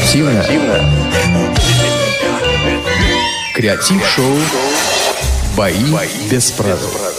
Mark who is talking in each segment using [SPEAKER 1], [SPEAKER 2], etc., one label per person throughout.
[SPEAKER 1] Интерактивно. Креатив-шоу «Бои без правил».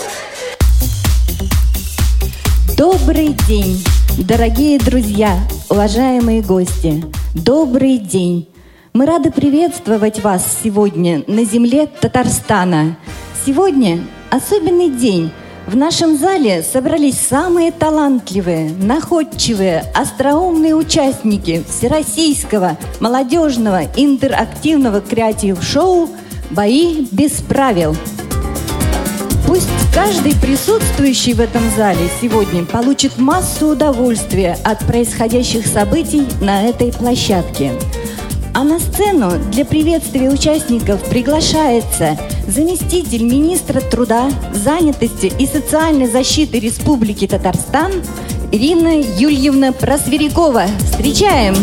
[SPEAKER 2] Добрый день, дорогие друзья, уважаемые гости. Добрый день. Мы рады приветствовать вас сегодня на земле Татарстана. Сегодня особенный день. В нашем зале собрались самые талантливые, находчивые, остроумные участники всероссийского молодежного интерактивного креатив-шоу «Бои без правил». Пусть каждый присутствующий в этом зале сегодня получит массу удовольствия от происходящих событий на этой площадке. А на сцену для приветствия участников приглашается заместитель министра труда, занятости и социальной защиты Республики Татарстан Ирина Юльевна Просверякова. Встречаем!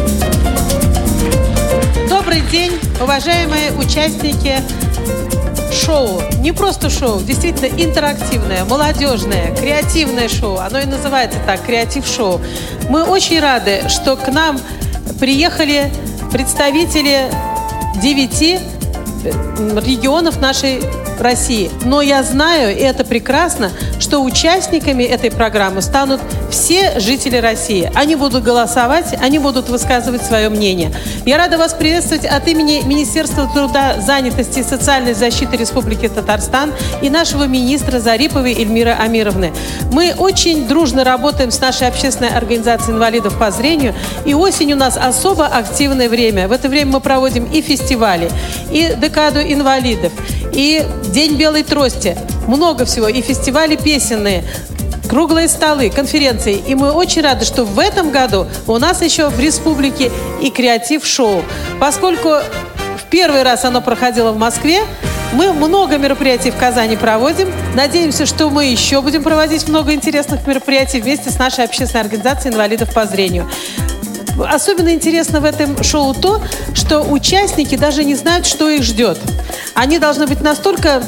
[SPEAKER 3] Добрый день, уважаемые участники шоу. Не просто шоу, действительно интерактивное, молодежное, креативное шоу. Оно и называется так, креатив-шоу. Мы очень рады, что к нам приехали представители 9 регионов нашей России. Но я знаю, и это прекрасно, что участниками этой программы станут все жители России. Они будут голосовать, они будут высказывать свое мнение. Я рада вас приветствовать от имени Министерства труда, занятости и социальной защиты Республики Татарстан и нашего министра Зариповой Эльмиры Амировны. Мы очень дружно работаем с нашей общественной организацией инвалидов по зрению, и осень у нас особо активное время. В это время мы проводим и фестивали, и декаду инвалидов, и День белой трости. Много всего. И фестивали песенные, круглые столы, конференции. И мы очень рады, что в этом году у нас еще в республике и креатив-шоу. Поскольку в первый раз оно проходило в Москве, мы много мероприятий в Казани проводим. Надеемся, что мы еще будем проводить много интересных мероприятий вместе с нашей общественной организацией инвалидов по зрению. Особенно интересно в этом шоу то, что участники даже не знают, что их ждет. Они должны быть настолько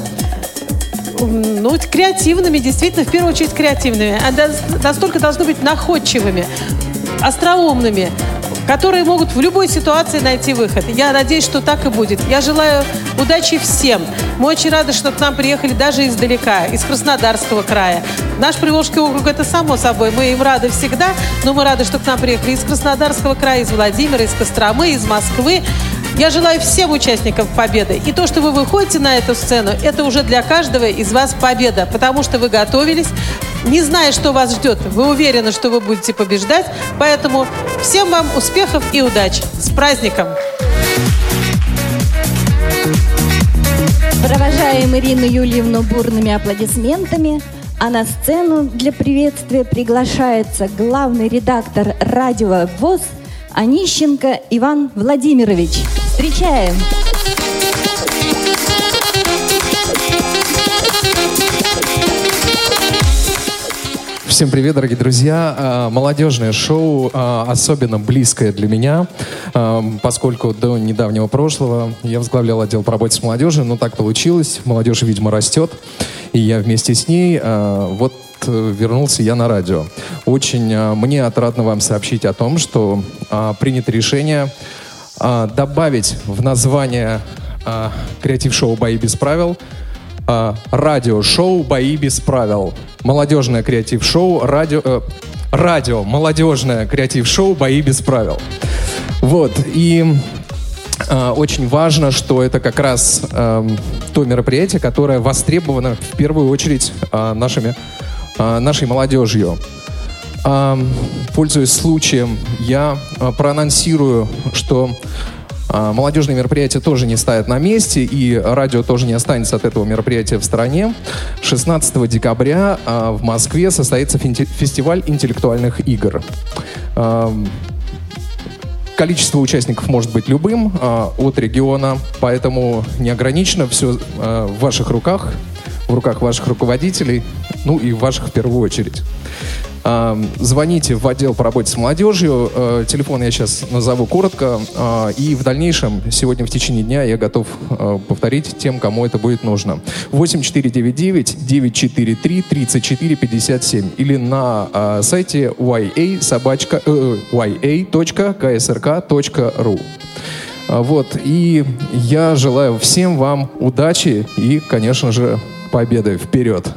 [SPEAKER 3] креативными, действительно, в первую очередь креативными, настолько должны быть находчивыми, остроумными, которые могут в любой ситуации найти выход. Я надеюсь, что так и будет. Я желаю удачи всем. Мы очень рады, что к нам приехали даже издалека, из Краснодарского края. Наш Приволжский округ — это само собой. Мы им рады всегда, но мы рады, что к нам приехали из Краснодарского края, из Владимира, из Костромы, из Москвы. Я желаю всем участникам победы. И то, что вы выходите на эту сцену, это уже для каждого из вас победа, потому что вы готовились, не зная, что вас ждет. Вы уверены, что вы будете побеждать. Поэтому всем вам успехов и удачи. С праздником!
[SPEAKER 2] Провожаем Ирину Юльевну бурными аплодисментами. А на сцену для приветствия приглашается главный редактор радио ВОС Онищенко Иван Владимирович. Встречаем!
[SPEAKER 4] Всем привет, дорогие друзья. Молодежное шоу особенно близкое для меня, поскольку до недавнего прошлого я возглавлял отдел по работе с молодежью, но так получилось, молодежь, видимо, растет, и я вместе с ней вернулся я на радио. Очень мне отрадно вам сообщить о том, что принято решение добавить в название креатив-шоу «Бои без правил» радиошоу «Бои без правил». Молодежное креатив-шоу, радио, молодежное креатив-шоу «Бои без правил». Вот, и очень важно, что это как раз то мероприятие, которое востребовано в первую очередь нашей молодежью. Пользуясь случаем, я проанонсирую, что молодежные мероприятия тоже не стоят на месте, и радио тоже не останется от этого мероприятия в стороне. 16 декабря в Москве состоится фестиваль интеллектуальных игр. Количество участников может быть любым от региона, поэтому не ограничено, все в ваших руках, в руках ваших руководителей, ну и в ваших в первую очередь. Звоните в отдел по работе с молодежью. Телефон я сейчас назову коротко. И в дальнейшем, сегодня в течение дня, я готов повторить тем, кому это будет нужно. 8499-943-3457 или на сайте ya.ksrk.ru. Вот. И я желаю всем вам удачи и, конечно же, победы. Вперед!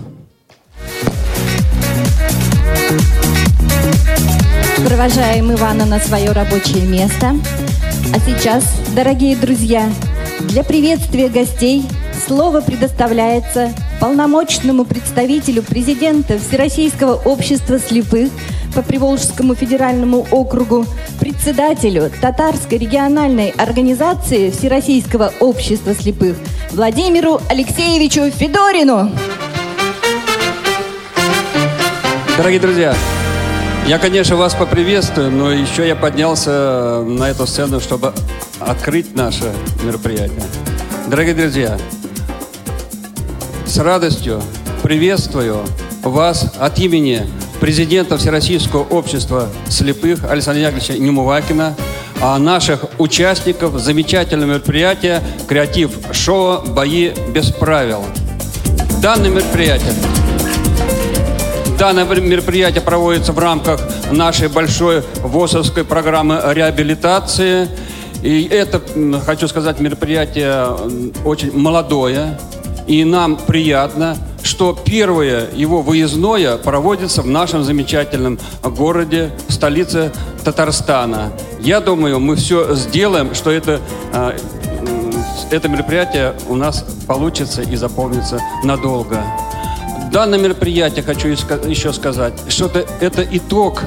[SPEAKER 2] Провожаем Ивана на свое рабочее место. А сейчас, дорогие друзья, для приветствия гостей слово предоставляется полномочному представителю президента Всероссийского общества слепых по Приволжскому федеральному округу, председателю Татарской региональной организации Всероссийского общества слепых Владимиру Алексеевичу Федорину.
[SPEAKER 5] Дорогие друзья, я, конечно, вас поприветствую, но еще я поднялся на эту сцену, чтобы открыть наше мероприятие. Дорогие друзья, с радостью приветствую вас от имени президента Всероссийского общества слепых Александра Яковлевича Немувакина, наших участников замечательного мероприятия «Креатив-шоу «Бои без правил». Данное мероприятие проводится в рамках нашей большой ВОСовской программы реабилитации. И это, хочу сказать, мероприятие очень молодое. И нам приятно, что первое его выездное проводится в нашем замечательном городе, столице Татарстана. Я думаю, мы все сделаем, что это мероприятие у нас получится и запомнится надолго. Данное мероприятие, хочу еще сказать, что это итог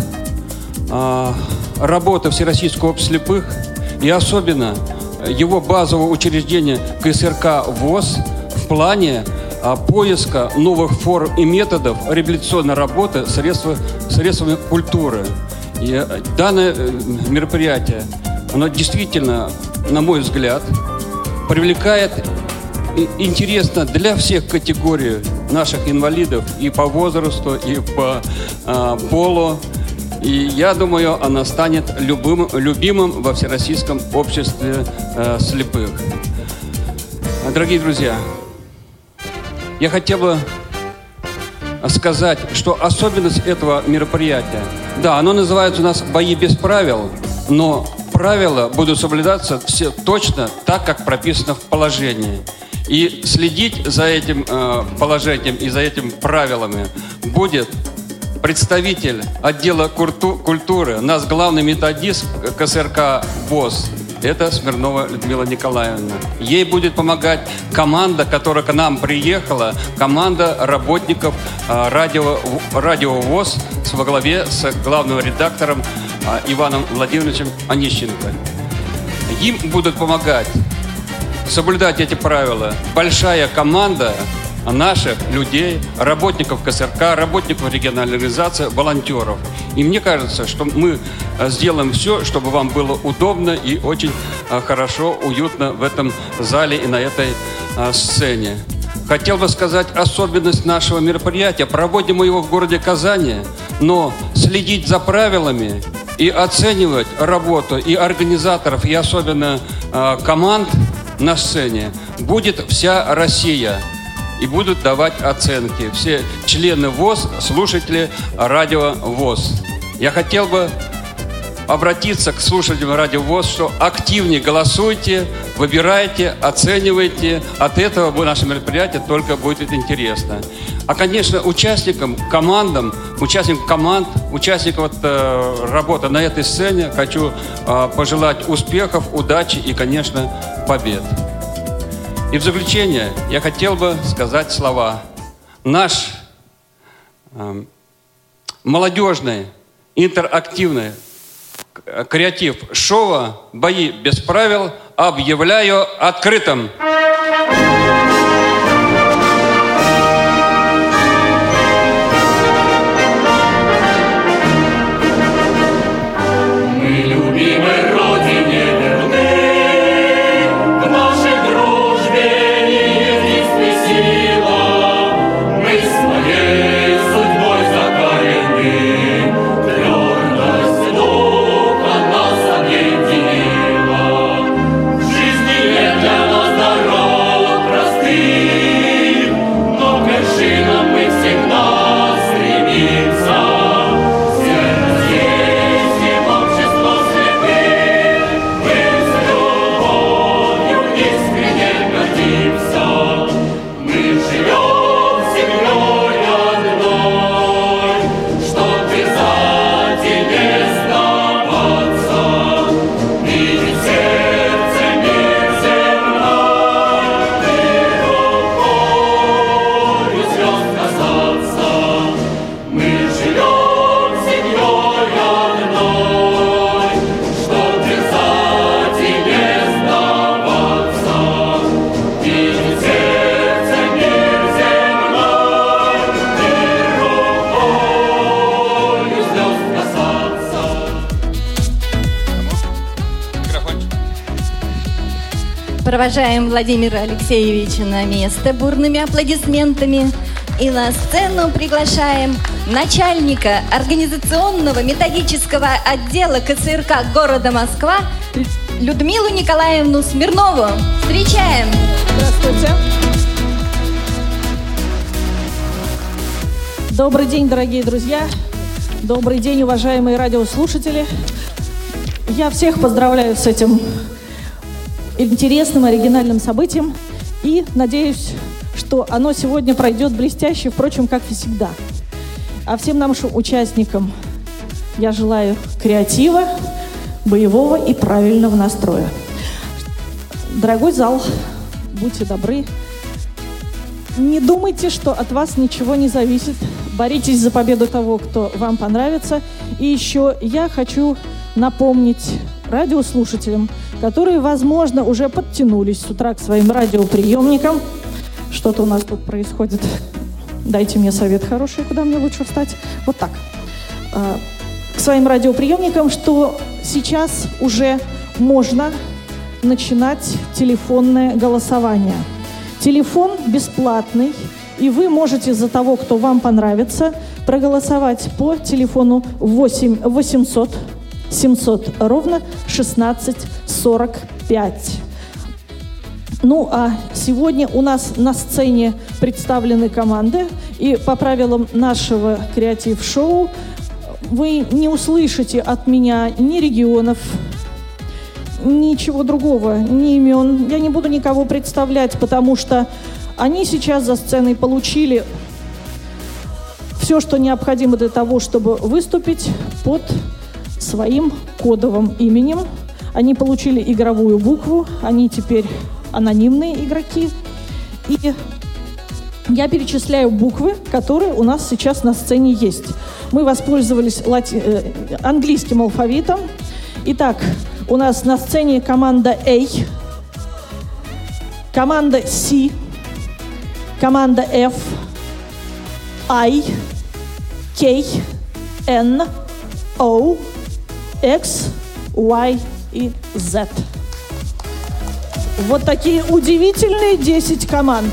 [SPEAKER 5] работы Всероссийского общества слепых и особенно его базового учреждения КСРК ВОС в плане поиска новых форм и методов реабилитационной работы средствами культуры. И данное мероприятие, оно действительно, на мой взгляд, привлекает интересно для всех категорий наших инвалидов и по возрасту, и по полу. И я думаю, она станет любимым во Всероссийском обществе слепых. Дорогие друзья, я хотел бы сказать, что особенность этого мероприятия, да, оно называется у нас «Бои без правил», но правила будут соблюдаться все точно так, как прописано в положении. И следить за этим положением и за этими правилами будет представитель отдела культуры, наш главный методист КСРК ВОС. Это Смирнова Людмила Николаевна. Ей будет помогать команда, которая к нам приехала, команда работников радио ВОС во главе с главным редактором Иваном Владимировичем Онищенко. Им будут помогать соблюдать эти правила большая команда наших людей, работников КСРК, работников региональной организации, волонтеров. И мне кажется, что мы сделаем все, чтобы вам было удобно и очень хорошо, уютно в этом зале и на этой сцене. Хотел бы сказать особенность нашего мероприятия. Проводим мы его в городе Казани, но следить за правилами и оценивать работу и организаторов, и особенно команд на сцене будет вся Россия. И будут давать оценки все члены ВОС, слушатели радио ВОС. Я хотел бы обратиться к слушателям радио ВОС, что активнее голосуйте, выбирайте, оценивайте. От этого наше мероприятие только будет интересно. А, конечно, участникам команд, участникам работы на этой сцене хочу пожелать успехов, удачи и, конечно, побед. И в заключение я хотел бы сказать слова. Наш молодежный, интерактивный креатив-шоу «Бои без правил» объявляю открытым.
[SPEAKER 6] Сила, мы своей судьбой закалены.
[SPEAKER 2] провожаем Владимира Алексеевича на место бурными аплодисментами. И на сцену приглашаем начальника организационного методического отдела КСРК города Москва Людмилу Николаевну Смирнову. Встречаем!
[SPEAKER 6] Здравствуйте! Добрый день, дорогие друзья! Добрый день, уважаемые радиослушатели! Я всех поздравляю с этим интересным, оригинальным событием и надеюсь, что оно сегодня пройдет блестяще, впрочем, как и всегда. А всем нашим участникам я желаю креатива, боевого и правильного настроя. Дорогой зал, будьте добры, не думайте, что от вас ничего не зависит. Боритесь за победу того, кто вам понравится. И еще я хочу напомнить радиослушателям, которые, возможно, уже подтянулись с утра к своим радиоприемникам. Что-то у нас тут происходит. Дайте мне совет хороший, куда мне лучше встать. Вот так. К своим радиоприемникам, что сейчас уже можно начинать телефонное голосование. Телефон бесплатный, и вы можете за того, кто вам понравится, проголосовать по телефону 8 800 700 ровно 1645. Ну, а сегодня у нас на сцене представлены команды, и по правилам нашего креатив-шоу вы не услышите от меня ни регионов, ничего другого, ни имен. Я не буду никого представлять, потому что они сейчас за сценой получили все, что необходимо для того, чтобы выступить под своим кодовым именем. Они получили игровую букву, они теперь анонимные игроки. И я перечисляю буквы, которые у нас сейчас на сцене есть. Мы воспользовались английским алфавитом. Итак, у нас на сцене команда A, команда C, команда F, I, K, N, O, X, Y и Z. Вот такие удивительные 10 команд.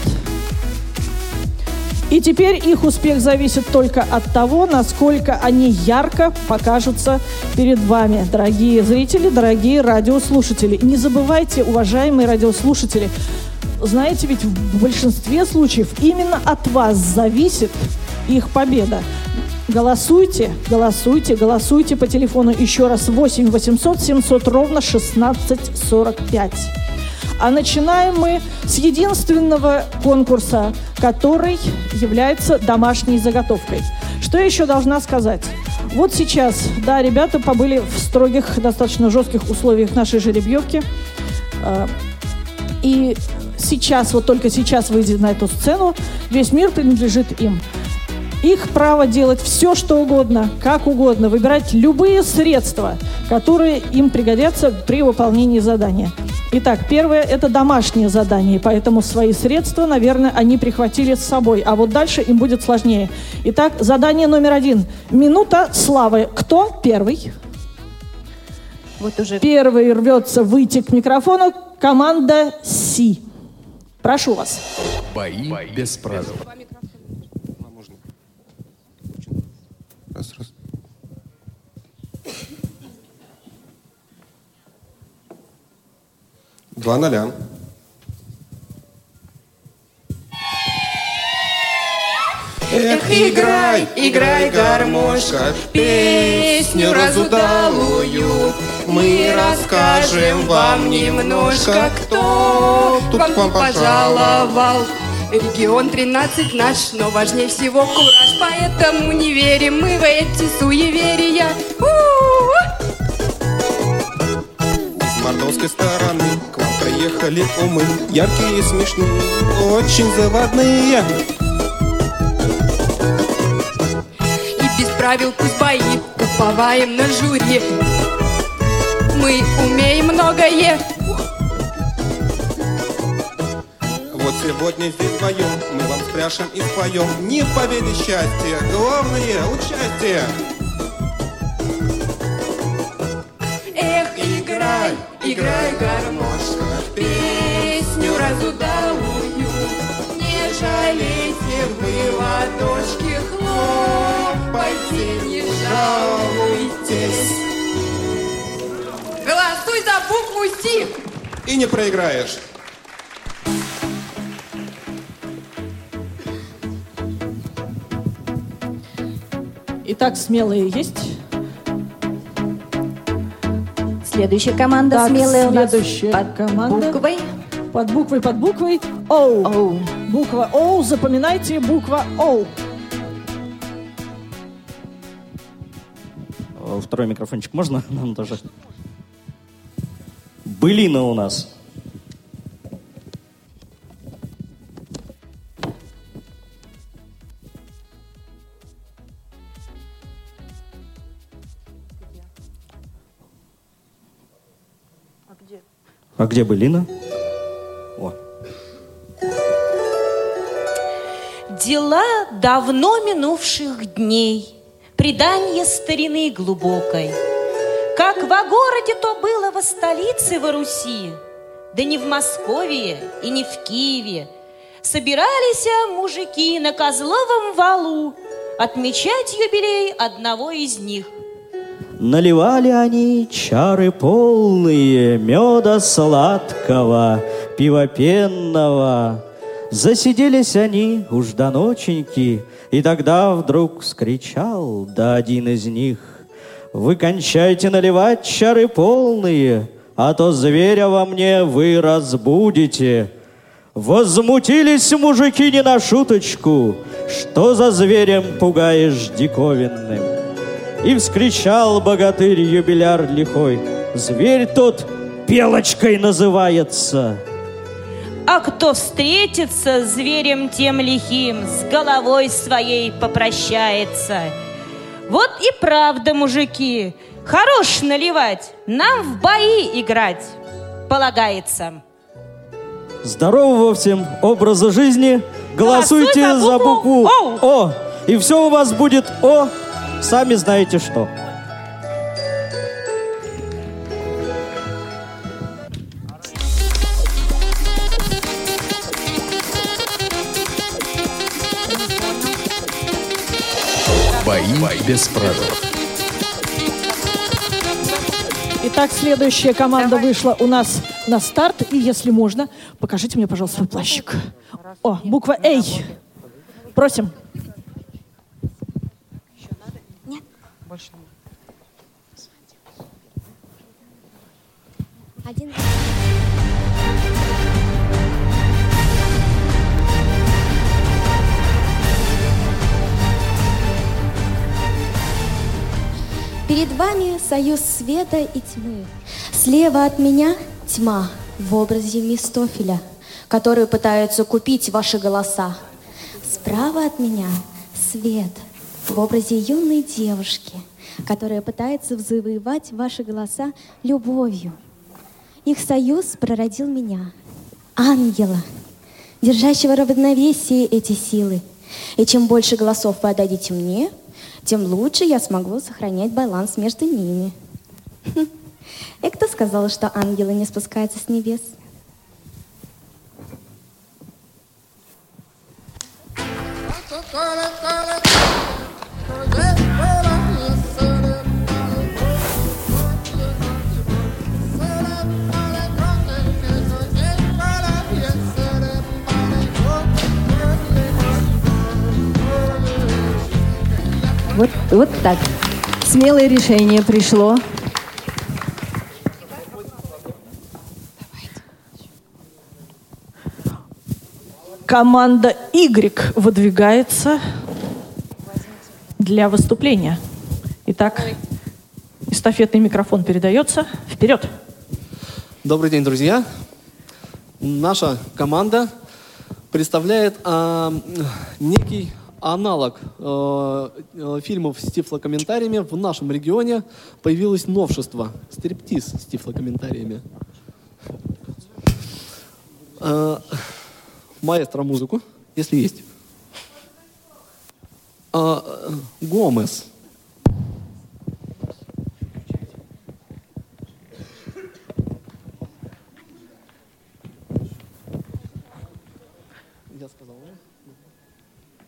[SPEAKER 6] И теперь их успех зависит только от того, насколько они ярко покажутся перед вами, дорогие зрители, дорогие радиослушатели. И не забывайте, уважаемые радиослушатели, знаете, ведь в большинстве случаев именно от вас зависит их победа. Голосуйте, голосуйте, голосуйте по телефону еще раз 8 800 700 ровно 1645. А начинаем мы с единственного конкурса, который является домашней заготовкой. Что я еще должна сказать? Вот сейчас, да, ребята побыли в строгих, достаточно жестких условиях нашей жеребьевки. И сейчас, вот только сейчас, выйдя на эту сцену, весь мир принадлежит им. Их право делать все, что угодно, как угодно, выбирать любые средства, которые им пригодятся при выполнении задания. Итак, первое – это домашнее задание, поэтому свои средства, наверное, они прихватили с собой, а вот дальше им будет сложнее. Итак, задание номер 1. Минута славы. Кто первый?
[SPEAKER 2] Вот уже
[SPEAKER 6] Первый рвется выйти к микрофону. Команда Си. Прошу вас.
[SPEAKER 1] Бои без правил.
[SPEAKER 7] Раз. 2-0.
[SPEAKER 8] Эх, играй, играй, гармошка, песню разудалую. Мы расскажем вам немножко, кто
[SPEAKER 7] Тут
[SPEAKER 8] вам
[SPEAKER 7] к вам
[SPEAKER 8] пожаловал. Регион 13 наш, но важнее всего кураж. Поэтому не верим мы в эти суеверия.
[SPEAKER 7] С мордовской стороны к вам приехали умы, яркие, смешные, очень заводные.
[SPEAKER 8] И без правил пусть бои, уповаем на жюри. Мы умеем многое.
[SPEAKER 7] Вот сегодня здесь вдвоем мы вам спляшем и споем. Не в победе счастье, главное участие.
[SPEAKER 8] Эх, играй, играй, гармошка, песню вы ладошки хлопайте, не жалуйтесь. Голосуй за букву Си.
[SPEAKER 7] И не проиграешь.
[SPEAKER 6] Итак, смелые есть?
[SPEAKER 2] Следующая команда
[SPEAKER 6] Так,
[SPEAKER 2] смелая у нас
[SPEAKER 6] следующая
[SPEAKER 2] под
[SPEAKER 6] команда.
[SPEAKER 2] буквой.
[SPEAKER 6] Под буквой О.
[SPEAKER 2] Оу.
[SPEAKER 6] Буква О, запоминайте, буква О.
[SPEAKER 9] Второй микрофончик можно? Нам тоже. Былина у нас. А где былина? О.
[SPEAKER 10] Дела давно минувших дней, предание старины глубокой. Как во городе то было во столице во Руси, да не в Москве и не в Киеве. Собирались мужики на Козловом валу отмечать юбилей одного из них.
[SPEAKER 9] Наливали они чары полные меда сладкого, пива пенного. Засиделись они уж до ноченьки, и тогда вдруг вскричал, да один из них: «Вы кончайте наливать чары полные, а то зверя во мне вы разбудите». Возмутились мужики не на шуточку: «Что за зверем пугаешь диковинным?» И вскричал богатырь-юбиляр лихой: «Зверь тот Белочкой называется».
[SPEAKER 10] А кто встретится с зверем тем лихим, с головой своей попрощается. Вот и правда, мужики, хорош наливать, нам в бои играть полагается.
[SPEAKER 9] Здорового всем образа жизни. Голосуйте за букву О. И все у вас будет О. Сами знаете что.
[SPEAKER 1] Бои без правил.
[SPEAKER 6] Итак, следующая команда вышла у нас на старт. И, если можно, покажите мне, пожалуйста, свой плащик. О, буква А. Просим.
[SPEAKER 8] Нет, больше нет. Один.
[SPEAKER 11] Перед вами союз света и тьмы. Слева от меня тьма в образе Мефистофеля, которые пытаются купить ваши голоса. Справа от меня свет в образе юной девушки, которая пытается завоевать ваши голоса любовью. Их союз прородил меня, ангела, держащего равновесие эти силы. И чем больше голосов вы отдадите мне, тем лучше я смогу сохранять баланс между ними. И кто сказал, что ангелы не спускаются с небес?
[SPEAKER 2] Вот так. Смелое решение пришло.
[SPEAKER 6] Команда Y выдвигается для выступления. Итак, эстафетный микрофон передается. Вперед!
[SPEAKER 12] Добрый день, друзья. Наша команда представляет некий аналог фильмов с тифлокомментариями. В нашем регионе появилось новшество – стриптиз с тифлокомментариями. Маэстро музыку, если есть. Гомес. Я сказал, да?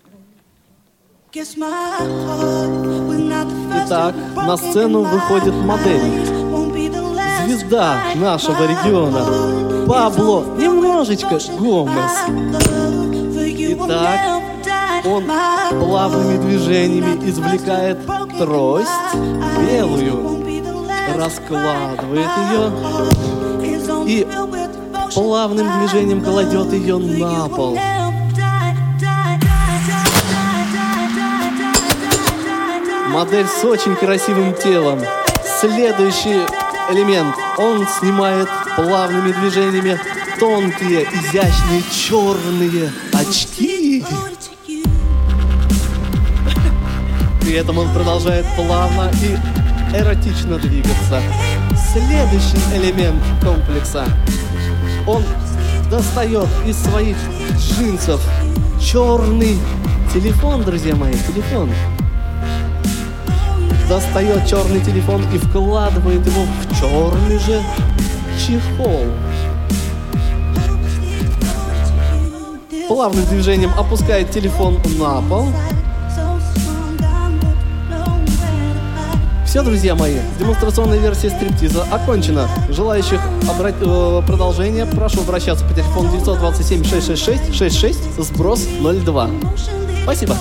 [SPEAKER 12] Итак, на сцену выходит модель. Звезда нашего региона. Пабло немножечко Гомес. Итак, он плавными движениями извлекает трость белую, раскладывает ее и плавным движением кладет ее на пол. Модель с очень красивым телом. Следующий элемент. Он снимает плавными движениями тонкие, изящные, черные очки. При этом он продолжает плавно и эротично двигаться. Следующий элемент комплекса. Он достает из своих джинсов черный телефон, друзья мои, телефон. Достает черный телефон и вкладывает его в черный же чехол. Плавным движением опускает телефон на пол. Все, друзья мои, демонстрационная версия стриптиза окончена. Желающих продолжения прошу обращаться по телефону 927-666-66, сброс 02. Спасибо.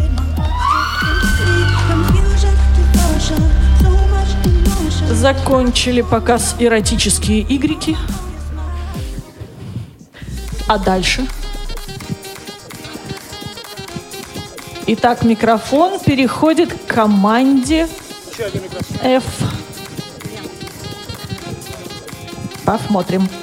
[SPEAKER 6] Закончили показ эротические игрики. А дальше? Итак, микрофон переходит к команде F. Посмотрим.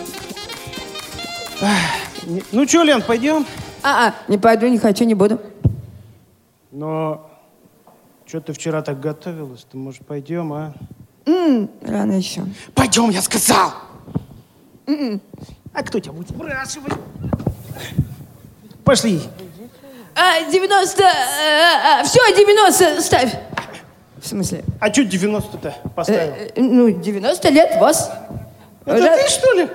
[SPEAKER 13] Ну что, Лен, пойдем?
[SPEAKER 14] Не пойду, не хочу, не буду.
[SPEAKER 13] Но что ты вчера так готовилась? Ты, может, пойдем, а?
[SPEAKER 14] Рано еще.
[SPEAKER 13] Пойдем, я сказал! А кто тебя будет спрашивать? Пошли.
[SPEAKER 14] 90... все, 90 ставь. В смысле?
[SPEAKER 13] А что 90-то поставил?
[SPEAKER 14] 90 лет вас.
[SPEAKER 13] Это ты, что ли?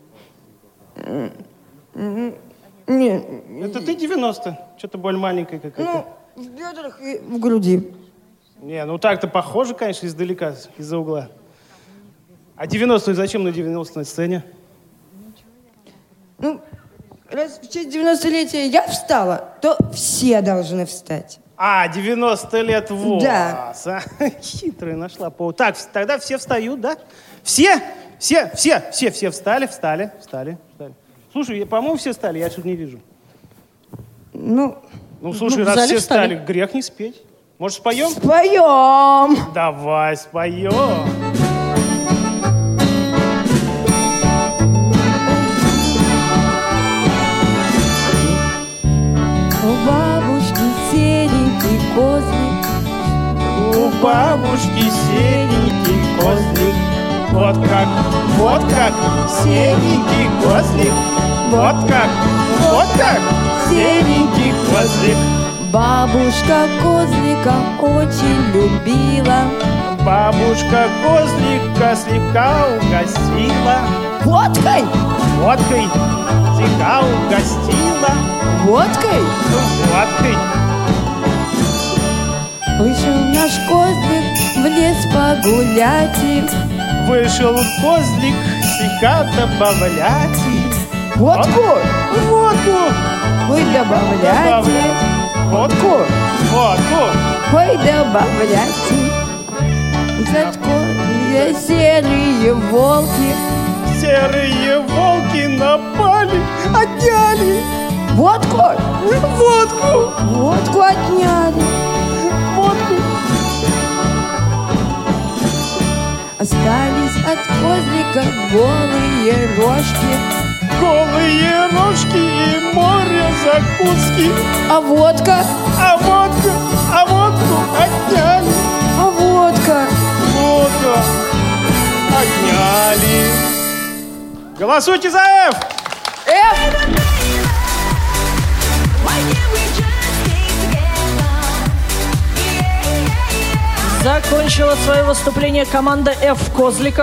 [SPEAKER 14] Нет.
[SPEAKER 13] Это ты 90? Что-то боль маленькая какая-то.
[SPEAKER 14] В бедрах и в груди.
[SPEAKER 13] Не, ну так-то похоже, конечно, издалека, из-за угла. А 90-ю зачем на 90-й сцене?
[SPEAKER 14] Раз в честь 90-летия я встала, то все должны встать.
[SPEAKER 13] 90 лет вас.
[SPEAKER 14] Да.
[SPEAKER 13] Хитрая нашла повод. Так, тогда все встают, да? Все встали. Слушай, по-моему, все встали, я что-то не вижу. Слушай, раз все встали, грех не спеть. Может, споем?
[SPEAKER 14] Споем!
[SPEAKER 13] Давай, споем.
[SPEAKER 14] У бабушки серенький козлик.
[SPEAKER 13] У бабушки серенький козлик. Вот как серенький козлик. Вот как серенький козлик.
[SPEAKER 14] Бабушка козлика очень любила.
[SPEAKER 13] Бабушка козлика слегка угостила.
[SPEAKER 14] Водкой?
[SPEAKER 13] Слегка угостила.
[SPEAKER 14] Водкой? Вышел наш козлик в лес погулять.
[SPEAKER 13] Вышел козлик слегка добавлять.
[SPEAKER 14] Водку? Ой, добавляйте.
[SPEAKER 13] Водку.
[SPEAKER 14] Ой, добавляйте. Задкорные серые волки.
[SPEAKER 13] Серые волки напали, отняли.
[SPEAKER 14] Водку отняли. Остались от козлика голые рожки.
[SPEAKER 13] Голые рожки и море закуски.
[SPEAKER 14] А водку
[SPEAKER 13] отняли. Водку отняли. Голосуйте за F!
[SPEAKER 6] Закончила свое выступление команда F Козликов.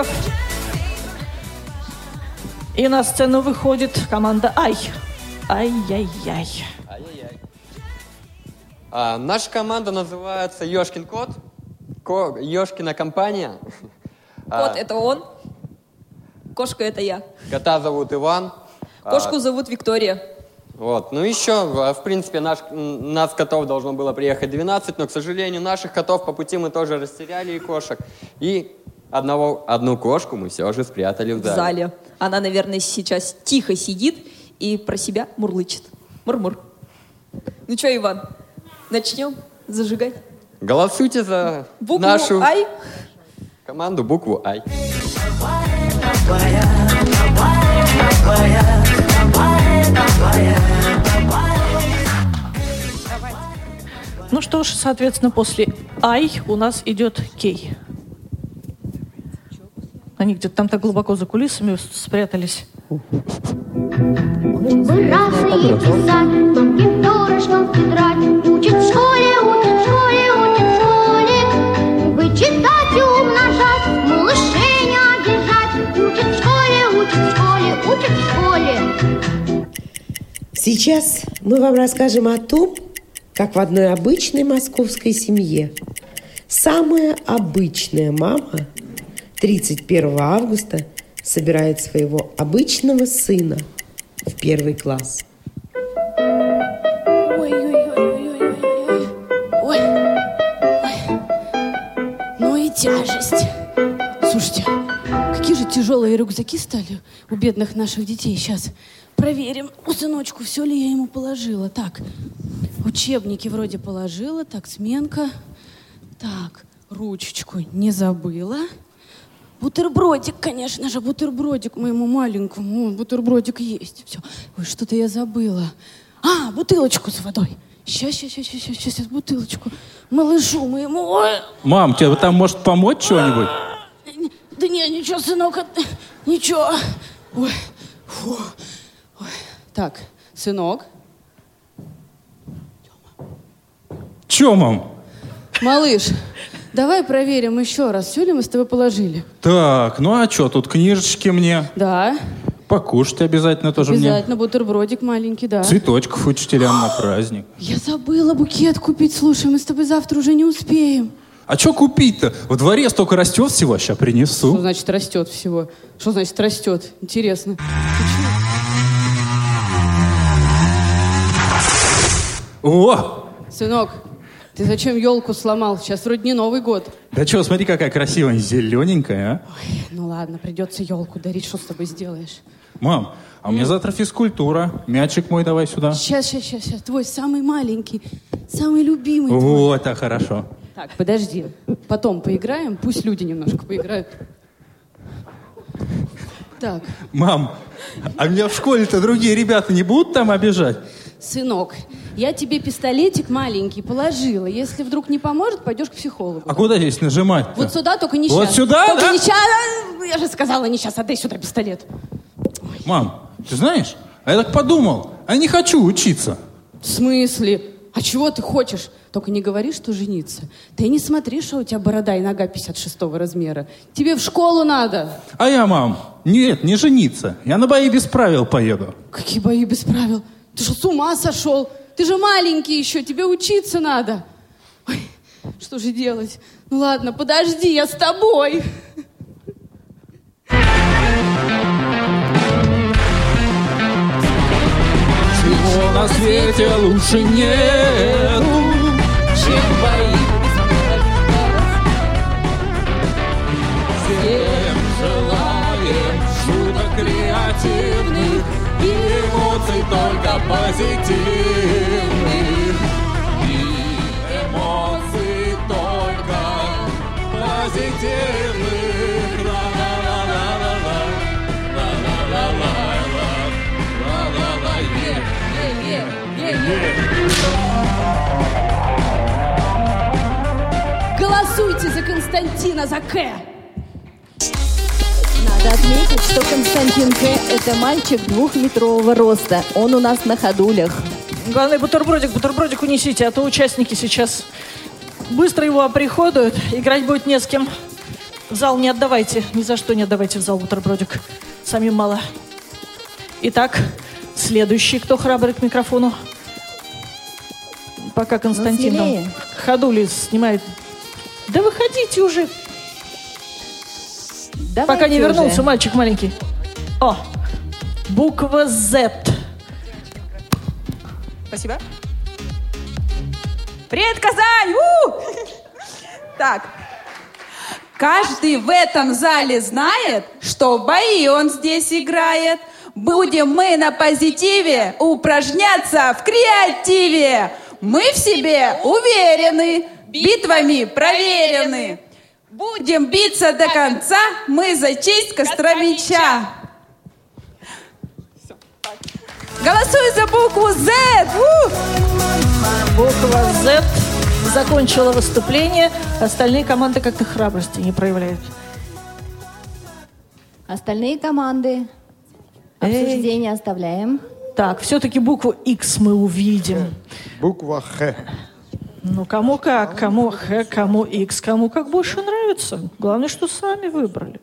[SPEAKER 6] И на сцену выходит команда I. Ай-яй-яй.
[SPEAKER 15] Наша команда называется «Ёшкин кот». Ёшкина компания.
[SPEAKER 16] Кот — это он. Кошка — это я.
[SPEAKER 15] Кота зовут Иван.
[SPEAKER 16] Кошку зовут Виктория.
[SPEAKER 15] Вот. Ну еще, в принципе, нас котов должно было приехать 12, но, к сожалению, наших котов по пути мы тоже растеряли и кошек. И одну кошку мы все же спрятали в зале.
[SPEAKER 16] В зале. Она, наверное, сейчас тихо сидит и про себя мурлычет. Мур-мур. Ну что, Иван, начнем зажигать?
[SPEAKER 15] Голосуйте за
[SPEAKER 16] букву
[SPEAKER 15] нашу
[SPEAKER 16] «Ай».
[SPEAKER 15] команду букву «Ай».
[SPEAKER 6] Ну что ж, соответственно, после «Ай» у нас идет «Кей». Они где-то там так глубоко за кулисами спрятались.
[SPEAKER 17] Выбраться и писать, тонким перышком тетрадь. Учит в школе, учит в школе, учит в школе. Вычитать и умножать, малышей не обижать. Учит в школе, учит в школе, учит в школе.
[SPEAKER 18] Сейчас мы вам расскажем о том, как в одной обычной московской семье самая обычная мама 31 августа собирает своего обычного сына в 1 класс.
[SPEAKER 19] Ой. Ну и тяжесть. Слушайте, какие же тяжелые рюкзаки стали у бедных наших детей. Сейчас проверим у сыночку, все ли я ему положила. Так, учебники вроде положила. Так, сменка. Так, ручечку не забыла. Бутербродик, конечно же, бутербродик моему маленькому. Бутербродик есть. Все. Ой, что-то я забыла. Бутылочку с водой. Сейчас, бутылочку. Малышу моему. Ой.
[SPEAKER 20] Мам, тебе там может помочь что-нибудь?
[SPEAKER 19] Да не, ничего, сынок, ничего. Ой, фу. Ой. Так, сынок.
[SPEAKER 20] Че, мам?
[SPEAKER 19] Малыш, давай проверим еще раз, все ли мы с тобой положили.
[SPEAKER 20] Так, ну а что, тут книжечки мне?
[SPEAKER 19] Да.
[SPEAKER 20] Покушать обязательно тоже мне.
[SPEAKER 19] Обязательно, бутербродик маленький, да.
[SPEAKER 20] Цветочков учителям на праздник.
[SPEAKER 19] Я забыла букет купить, слушай, мы с тобой завтра уже не успеем.
[SPEAKER 20] А что купить-то? Во дворе столько растет всего, сейчас принесу.
[SPEAKER 19] Что значит растет всего? Что значит растет? Интересно.
[SPEAKER 20] О!
[SPEAKER 19] Сынок, ты зачем елку сломал? Сейчас вроде не Новый год.
[SPEAKER 20] Да что, смотри, какая красивая, зелененькая, а?
[SPEAKER 19] Ой, ну ладно, придется елку дарить, что с тобой сделаешь?
[SPEAKER 20] Мам, а у меня завтра физкультура. Мячик мой давай сюда.
[SPEAKER 19] Сейчас. Твой самый маленький, самый любимый.
[SPEAKER 20] О, это хорошо.
[SPEAKER 19] Так, подожди. Потом поиграем, пусть люди немножко поиграют. Так.
[SPEAKER 20] Мам, а меня в школе-то другие ребята не будут там обижать?
[SPEAKER 19] Сынок, я тебе пистолетик маленький положила. Если вдруг не поможет, пойдешь к психологу.
[SPEAKER 20] А куда здесь нажимать-то?
[SPEAKER 19] Вот сюда, только не сейчас.
[SPEAKER 20] Вот сюда,
[SPEAKER 19] только
[SPEAKER 20] да?
[SPEAKER 19] не сейчас. Я же сказала, не сейчас. Отдай сюда пистолет.
[SPEAKER 20] Мам, ты знаешь, а я так подумал, а не хочу учиться.
[SPEAKER 19] В смысле? А чего ты хочешь? Только не говори, что жениться. Ты не смотри, что у тебя борода и нога 56-го размера. Тебе в школу надо.
[SPEAKER 20] А я, мам, нет, не жениться. Я на бои без правил поеду.
[SPEAKER 19] Какие бои без правил? Ты что, с ума сошел? Ты же маленький еще, тебе учиться надо. Ой, что же делать? Ну ладно, подожди, я с тобой.
[SPEAKER 20] Чего на свете лучше нету, чем бои без правил. Всем желаем шуток креативных и эмоций только позитивных. И эмоций только позитивных.
[SPEAKER 19] Голосуйте за Константина, за К.
[SPEAKER 2] Надо отметить, что Константин К. – это мальчик 2-метрового роста. Он у нас на ходулях.
[SPEAKER 6] Главное, бутербродик унесите, а то участники сейчас быстро его оприходуют. Играть будет не с кем. В зал не отдавайте, ни за что не отдавайте в зал бутербродик. Самим мало. Итак, следующий, кто храбрый к микрофону. Пока Константин
[SPEAKER 2] смелее.
[SPEAKER 6] там ходули снимает. Да выходите уже.
[SPEAKER 2] Давайте
[SPEAKER 6] Пока не вернулся
[SPEAKER 2] уже.
[SPEAKER 6] мальчик маленький. О, буква Z.
[SPEAKER 16] Спасибо. Привет, Казань! Так. Каждый в этом зале знает, что бои он здесь играет. Будем мы на позитиве упражняться в креативе. Мы в себе уверены, битвами проверены. Будем биться до конца, мы за честь Костромича. Голосуй за букву Z!
[SPEAKER 6] Буква Z закончила выступление. Остальные команды как-то храбрости не проявляют.
[SPEAKER 2] Остальные команды обсуждение оставляем.
[SPEAKER 6] Так, все-таки букву X мы увидим.
[SPEAKER 7] Буква Х.
[SPEAKER 6] Ну, кому как, кому Х, кому X, кому как больше нравится. Главное, что сами выбрали.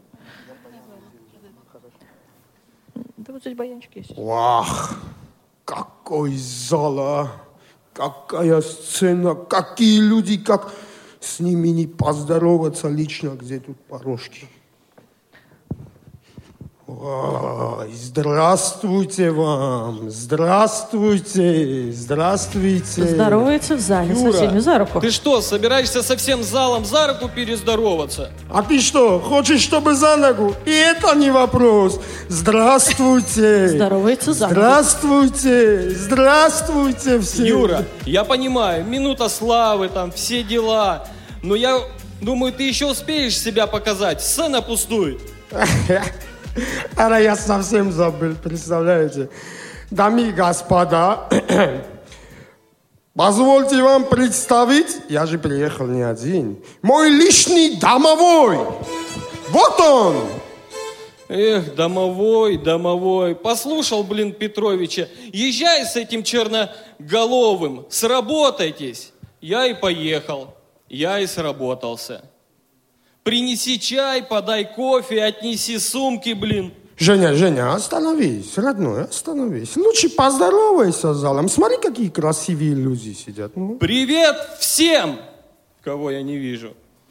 [SPEAKER 6] Да вот здесь баянчик есть.
[SPEAKER 7] Вах, какой зал, а! Какая сцена, какие люди, как с ними не поздороваться лично, где тут порожки. Ой, здравствуйте вам, здравствуйте, здравствуйте.
[SPEAKER 6] Здоровается в зале со всеми за руку.
[SPEAKER 21] Ты что, собираешься со всем залом за руку перездороваться?
[SPEAKER 7] А ты что, хочешь, чтобы за ногу? И это не вопрос. Здравствуйте.
[SPEAKER 6] Здоровается за ногу.
[SPEAKER 7] Здравствуйте, здравствуйте все.
[SPEAKER 21] Юра, я понимаю, минута славы, там, все дела. Но я думаю, ты еще успеешь себя показать. Сцена пустует.
[SPEAKER 7] А я совсем забыл, представляете? Дамы и господа, позвольте вам представить, я же приехал не один, мой личный домовой. Вот он.
[SPEAKER 21] Эх, домовой, послушал, Петровича. Езжай с этим черноголовым, сработайтесь. Я и поехал, я и сработался. Принеси чай, подай кофе, отнеси сумки,
[SPEAKER 7] Женя, остановись, родной, остановись. Лучше поздоровайся с залом. Смотри, какие красивые люди сидят.
[SPEAKER 21] Привет всем, кого я не вижу.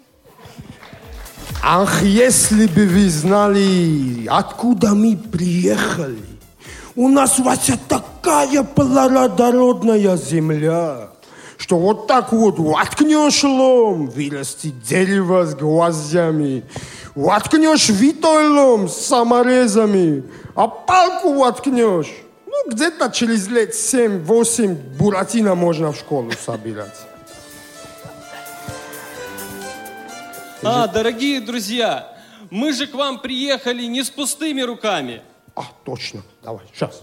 [SPEAKER 7] Ах, если бы вы знали, откуда мы приехали. У нас, Вася, такая плодородная земля, что вот так вот воткнешь лом, вырастет дерево с гвоздями, воткнешь витой лом с саморезами, а палку воткнешь. Ну, где-то через лет 7-8 буратино можно в школу собирать.
[SPEAKER 21] Дорогие друзья, мы же к вам приехали не с пустыми руками.
[SPEAKER 7] Точно, давай, сейчас.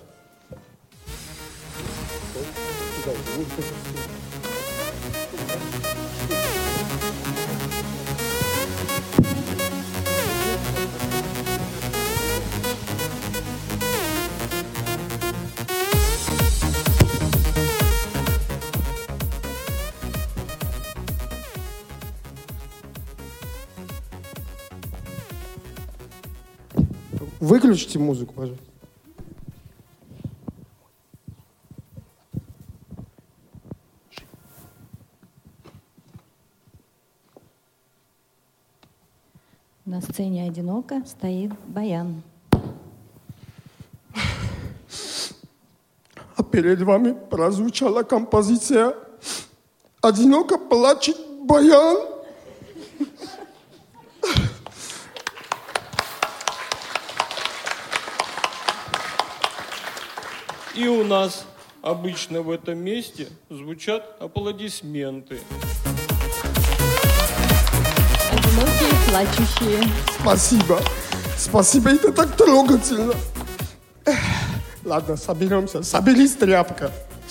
[SPEAKER 7] Выключите музыку, пожалуйста.
[SPEAKER 2] На сцене одиноко стоит баян.
[SPEAKER 7] А перед вами прозвучала композиция «Одиноко плачет баян».
[SPEAKER 21] И у нас обычно в этом месте звучат аплодисменты.
[SPEAKER 2] Одинокие, плачущие.
[SPEAKER 7] Спасибо, это так трогательно. Ладно, соберемся. Соберись, тряпка.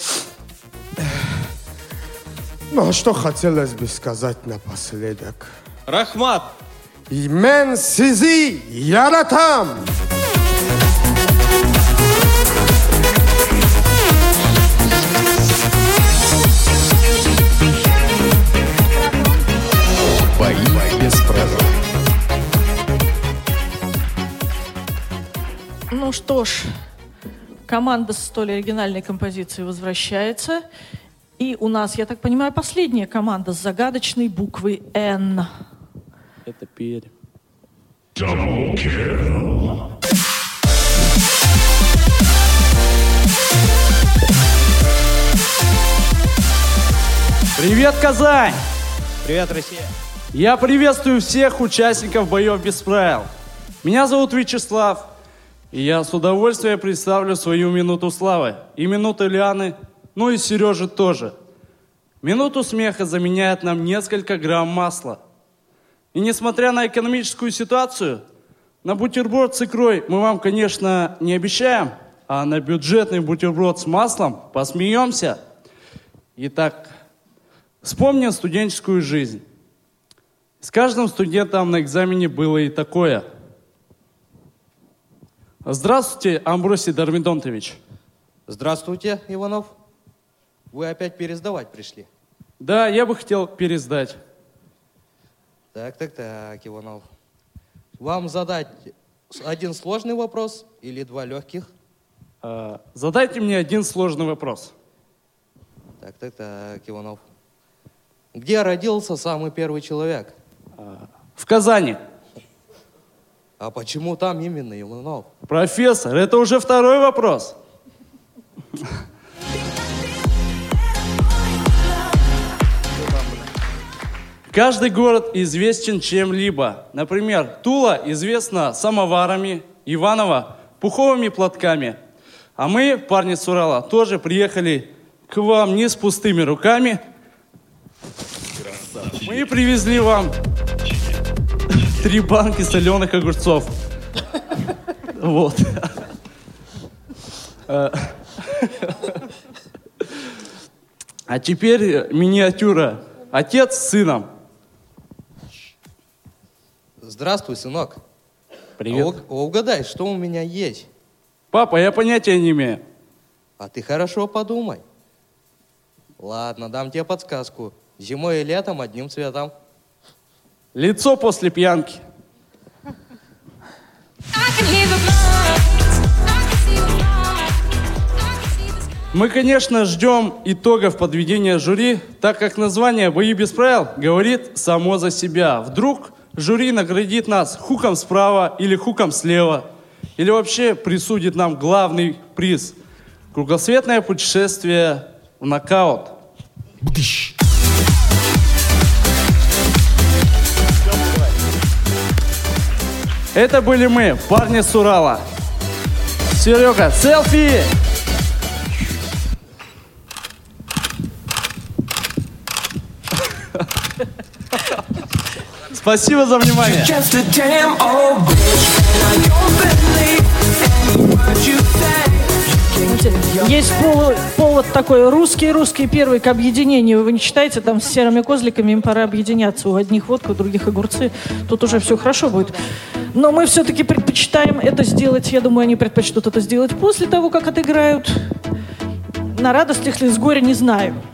[SPEAKER 7] Ну, а что хотелось бы сказать напоследок?
[SPEAKER 21] Рахмат!
[SPEAKER 7] Имен сизи яратам!
[SPEAKER 1] Бои без правил.
[SPEAKER 6] Ну что ж, команда с столь оригинальной композицией возвращается. И у нас, я так понимаю, последняя команда с загадочной буквой «Н».
[SPEAKER 12] Это Пермь.
[SPEAKER 3] Привет, Казань! Привет, Россия! Я приветствую всех участников боев без правил. Меня зовут Вячеслав, и я с удовольствием представлю свою минуту славы. И минуту Лианы, ну и Сережи тоже. Минуту смеха заменяет нам несколько грамм масла. И несмотря на экономическую ситуацию, на бутерброд с икрой мы вам, конечно, не обещаем, а на бюджетный бутерброд с маслом посмеемся. Итак, вспомним студенческую жизнь. С каждым студентом на экзамене было и такое. Здравствуйте, Амбросий Дармидонтович.
[SPEAKER 22] Здравствуйте, Иванов. Вы опять пересдавать пришли?
[SPEAKER 3] Да, я бы хотел пересдать.
[SPEAKER 22] Так, Иванов. Вам задать один сложный вопрос или два легких?
[SPEAKER 3] Задайте мне один сложный вопрос.
[SPEAKER 22] Так, Иванов. Где родился самый первый человек?
[SPEAKER 3] В Казани.
[SPEAKER 22] А почему там именно, Иванов?
[SPEAKER 3] Профессор, это уже второй вопрос. Каждый город известен чем-либо. Например, Тула известна самоварами, Иваново – пуховыми платками. А мы, парни с Урала, тоже приехали к вам не с пустыми руками. Мы привезли вам 3 банки соленых огурцов. Вот. А теперь миниатюра. Отец с сыном.
[SPEAKER 22] Здравствуй, сынок.
[SPEAKER 3] Привет.
[SPEAKER 22] Угадай, что у меня есть?
[SPEAKER 3] Папа, я понятия не имею.
[SPEAKER 22] А ты хорошо подумай. Ладно, дам тебе подсказку. Зимой и летом одним цветом.
[SPEAKER 3] Лицо после пьянки. Мы, конечно, ждем итогов подведения жюри, так как название «Бои без правил» говорит само за себя. Вдруг жюри наградит нас хуком справа или хуком слева, или вообще присудит нам главный приз – кругосветное путешествие в нокаут. Это были мы, парни с Урала. Серега, селфи! Спасибо за внимание.
[SPEAKER 6] Есть повод такой русский первый к объединению. Вы не считаете, там с серыми козликами им пора объединяться. У одних водка, у других огурцы. Тут уже все хорошо будет. Но мы все-таки предпочитаем это сделать. Я думаю, они предпочтут это сделать после того, как отыграют. На радостях ли с горя, не знаю.